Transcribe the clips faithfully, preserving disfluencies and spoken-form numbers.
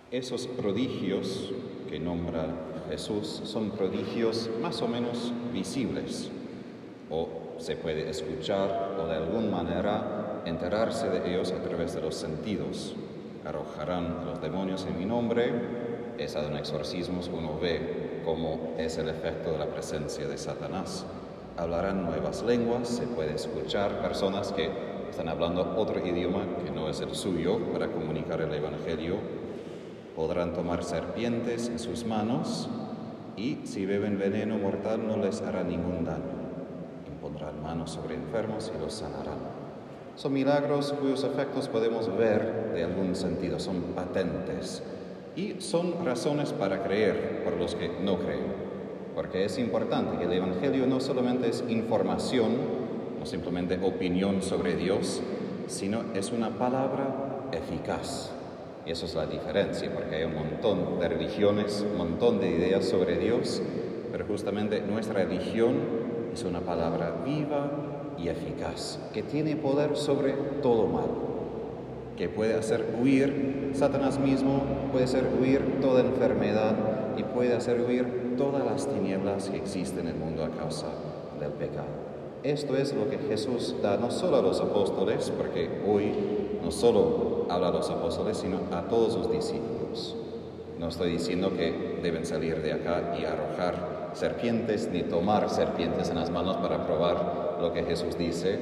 Esos prodigios que nombra Jesús son prodigios más o menos visibles, o se puede escuchar o de alguna manera enterarse de ellos a través de los sentidos. Arrojarán a los demonios en mi nombre, esa de un exorcismo, uno ve cómo es el efecto de la presencia de Satanás. Hablarán nuevas lenguas, se puede escuchar personas que están hablando otro idioma que no es el suyo para comunicar el Evangelio. Podrán tomar serpientes en sus manos y si beben veneno mortal no les hará ningún daño. Impondrán manos sobre enfermos y los sanarán. Son milagros cuyos efectos podemos ver de algún sentido, son patentes y son razones para creer por los que no creen. Porque es importante que el Evangelio no solamente es información, no simplemente opinión sobre Dios, sino es una palabra eficaz. Y eso es la diferencia, porque hay un montón de religiones, un montón de ideas sobre Dios, pero justamente nuestra religión es una palabra viva y eficaz, que tiene poder sobre todo mal, que puede hacer huir Satanás mismo, puede hacer huir toda enfermedad y puede hacer huir todas las tinieblas que existen en el mundo a causa del pecado. Esto es lo que Jesús da no solo a los apóstoles, porque hoy no solo habla a los apóstoles, sino a todos sus discípulos. No estoy diciendo que deben salir de acá y arrojar serpientes, ni tomar serpientes en las manos para probar lo que Jesús dice,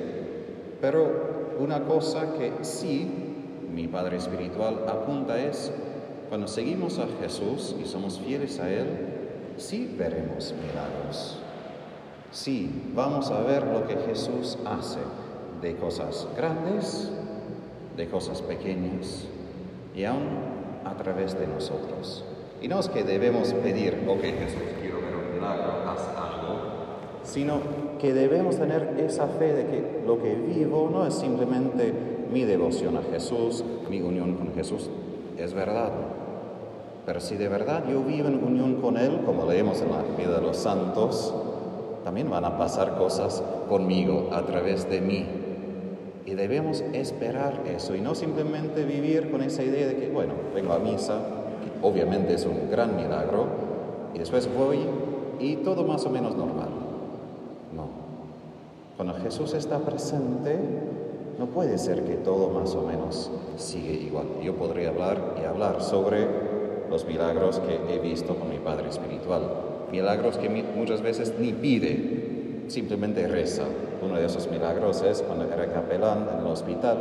pero una cosa que sí mi Padre Espiritual apunta es, cuando seguimos a Jesús y somos fieles a Él, sí veremos milagros. Sí, vamos a ver lo que Jesús hace de cosas grandes, de cosas pequeñas y aún a través de nosotros. Y no es que debemos pedir, ok, Jesús, quiero ver un milagro, haz algo, sino que debemos tener esa fe de que lo que vivo no es simplemente mi devoción a Jesús, mi unión con Jesús, es verdad. Pero si de verdad yo vivo en unión con Él, como leemos en la vida de los santos, también van a pasar cosas conmigo, a través de mí. Y debemos esperar eso y no simplemente vivir con esa idea de que, bueno, vengo a misa, que obviamente es un gran milagro, y después voy y todo más o menos normal. No. Cuando Jesús está presente, no puede ser que todo más o menos sigue igual. Yo podría hablar y hablar sobre los milagros que he visto con mi Padre Espiritual. Milagros que muchas veces ni pide, simplemente reza. Uno de esos milagros es cuando era capelán en el hospital.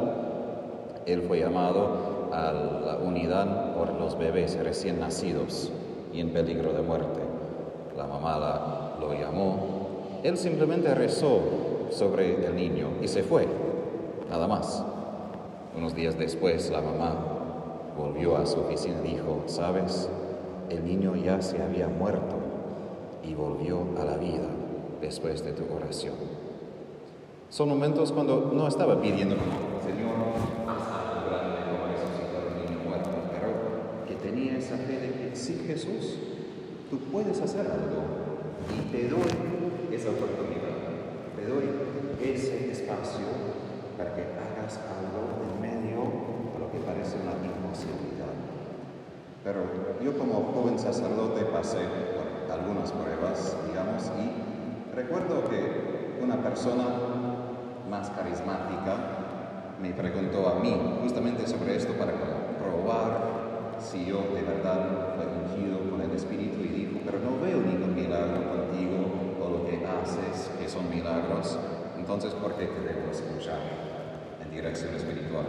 Él fue llamado a la unidad por los bebés recién nacidos y en peligro de muerte. La mamá la, lo llamó. Él simplemente rezó sobre el niño y se fue, nada más. Unos días después la mamá volvió a su oficina y dijo, ¿sabes? El niño ya se había muerto y volvió a la vida después de tu oración. Son momentos cuando no estaba pidiendo como, Señor, haz algo grande como resucitar a un niño muerto, pero que tenía esa fe de que sí, Jesús, tú puedes hacer algo y te doy esa oportunidad, te doy ese espacio para que hagas algo en medio de lo que parece una imposibilidad. Pero yo como joven sacerdote pasé por algunas pruebas, digamos, y recuerdo que una persona más carismática me preguntó a mí justamente sobre esto para probar si yo de verdad fui ungido con el Espíritu y dijo, pero no veo ningún milagro contigo o lo que haces que son milagros, entonces ¿por qué te debo escuchar en dirección espiritual?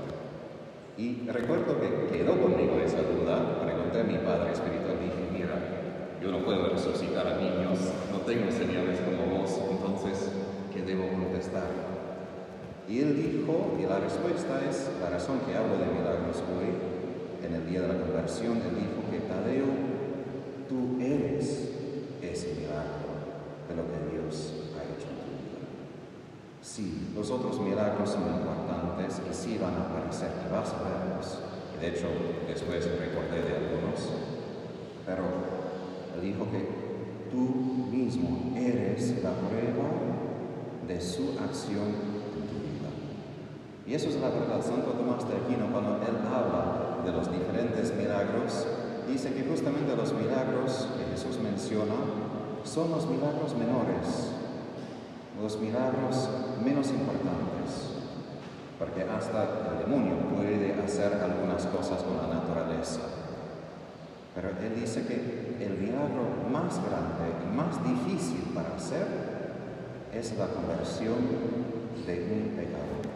Y recuerdo que quedó conmigo esa duda, pregunté a mi Padre Espiritual y dije, mira, yo no puedo resucitar a niños, no tengo señales como vos, entonces, ¿qué debo contestar? Y él dijo, y la respuesta es, la razón que hablo de milagros hoy, en el día de la conversión, él dijo que Tadeo, tú eres ese milagro de lo que Dios ha hecho en tu vida. Sí, los otros milagros son importantes y sí van a aparecer, y vas a verlos. Y de hecho, después recordé de algunos, pero él dijo que tú mismo eres la prueba de su acción en tu vida. Y eso es la verdad. Santo Tomás de Aquino, cuando él habla de los diferentes milagros, dice que justamente los milagros que Jesús menciona son los milagros menores, los milagros menos importantes, porque hasta el demonio puede hacer algunas cosas con la naturaleza. Pero él dice que el milagro más grande y más difícil para hacer es la conversión de un pecador.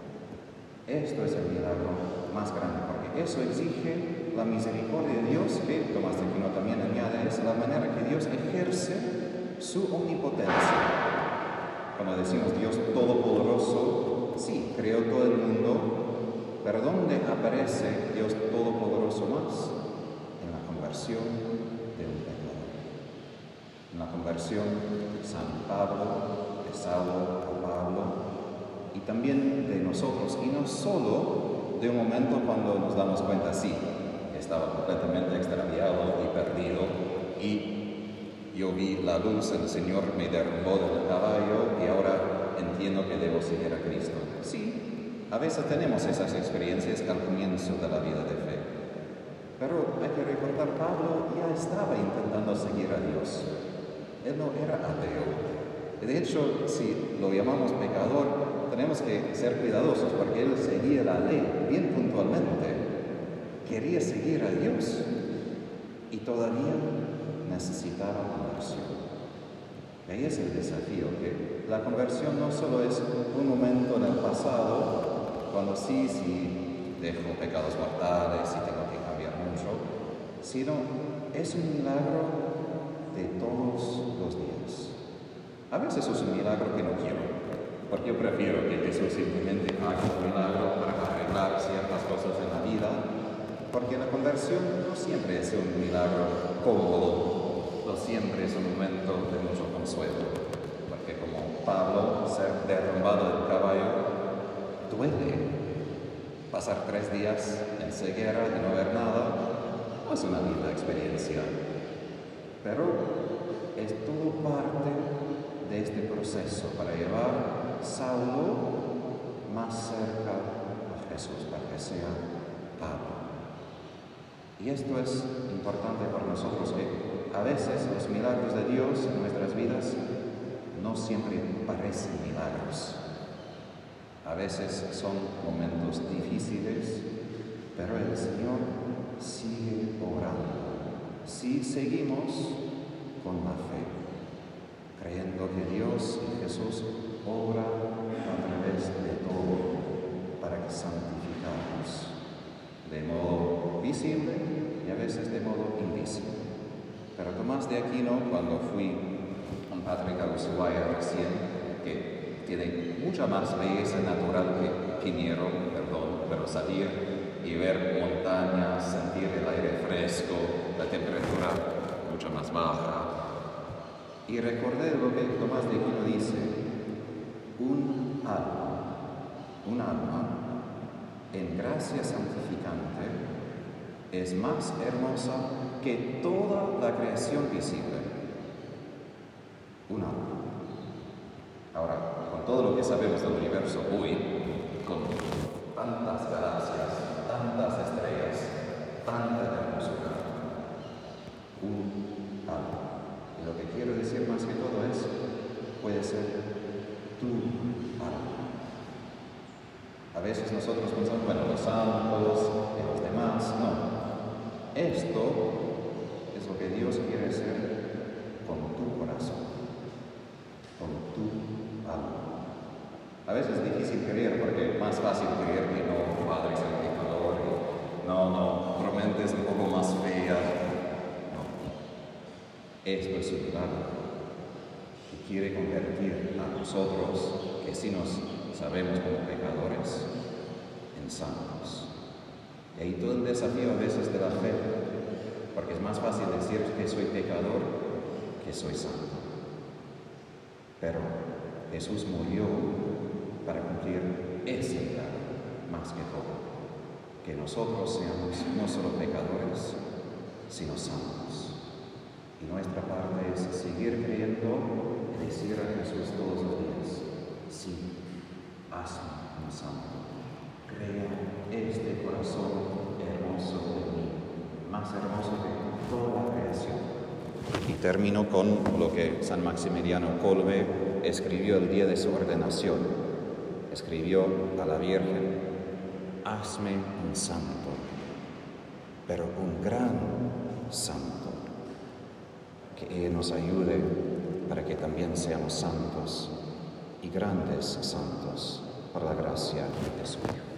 Esto es el milagro más grande, porque eso exige la misericordia de Dios, que Tomás de Aquino también añade, es la manera que Dios ejerce su omnipotencia. Como decimos, Dios Todopoderoso, sí, creó todo el mundo, pero ¿dónde aparece Dios Todopoderoso más? En la conversión de un pecador. En la conversión de San Pablo, de Saulo a Pablo, y también de nosotros, y no solo de un momento cuando nos damos cuenta, sí, estaba completamente extraviado y perdido, y yo vi la luz, el Señor me derrumbó del caballo, y ahora entiendo que debo seguir a Cristo. Sí, a veces tenemos esas experiencias al comienzo de la vida de fe, pero hay que recordar, Pablo ya estaba intentando seguir a Dios. Él no era ateo. De hecho, si lo llamamos pecador, tenemos que ser cuidadosos porque él seguía la ley bien puntualmente. Quería seguir a Dios y todavía necesitaba conversión. Y ahí es el desafío, que la conversión no solo es un momento en el pasado, cuando sí, sí, dejo pecados mortales y tengo que cambiar mucho, sino es un milagro de todos los días. A veces es un milagro que no quiero, porque yo prefiero que Jesús simplemente haga un milagro para arreglar ciertas cosas en la vida, porque la conversión no siempre es un milagro cómodo, no siempre es un momento de mucho consuelo, porque como Pablo, ser derrumbado del caballo duele. Pasar tres días en ceguera y no ver nada no es una linda experiencia, pero es todo parte de este proceso para llevar a Saulo más cerca a Jesús, para que sea Pablo. Y esto es importante para nosotros, que a veces los milagros de Dios en nuestras vidas no siempre parecen milagros. A veces son momentos difíciles, pero el Señor sigue obrando. Si seguimos con la fe, creyendo que Dios y Jesús obra a través de todo para santificarnos, de modo visible y a veces de modo invisible. Pero Tomás de Aquino, cuando fui a un padre a Ushuaia recién, que tiene mucha más belleza natural que Piñero, perdón, pero salir y ver montañas, sentir el aire fresco, la temperatura mucho más baja. Y recordé lo que Tomás de Aquino dice: un alma, un alma en gracia santificante es más hermosa que toda la creación visible. Un alma. Ahora, con todo lo que sabemos del universo hoy, con tantas galaxias, tantas estrellas, tanta hermosura, un alma. Y lo que quiero decir más que todo es, puede ser tu alma. A veces nosotros pensamos, bueno, los santos y los demás, no. Esto es lo que Dios quiere hacer con tu corazón, con tu alma. A veces es difícil creer, porque es más fácil creer que no, Padre Santificador, no, no, promete es un poco más fea. No. Esto es un milagro que quiere convertir a nosotros, que sí nos sabemos como pecadores, en santos. Y ahí todo el desafío a veces de la fe, porque es más fácil decir que soy pecador que soy santo. Pero Jesús murió para cumplir ese milagro, más que todo, que nosotros seamos no solo pecadores, sino santos. Y nuestra parte es seguir creyendo y decir a Jesús todos los días: sí, hazme un santo. más hermoso de toda la creación. Y termino con lo que San Maximiliano Kolbe escribió el día de su ordenación. Escribió a la Virgen: hazme un santo, pero un gran santo, que ella nos ayude para que también seamos santos y grandes santos por la gracia de su Hijo.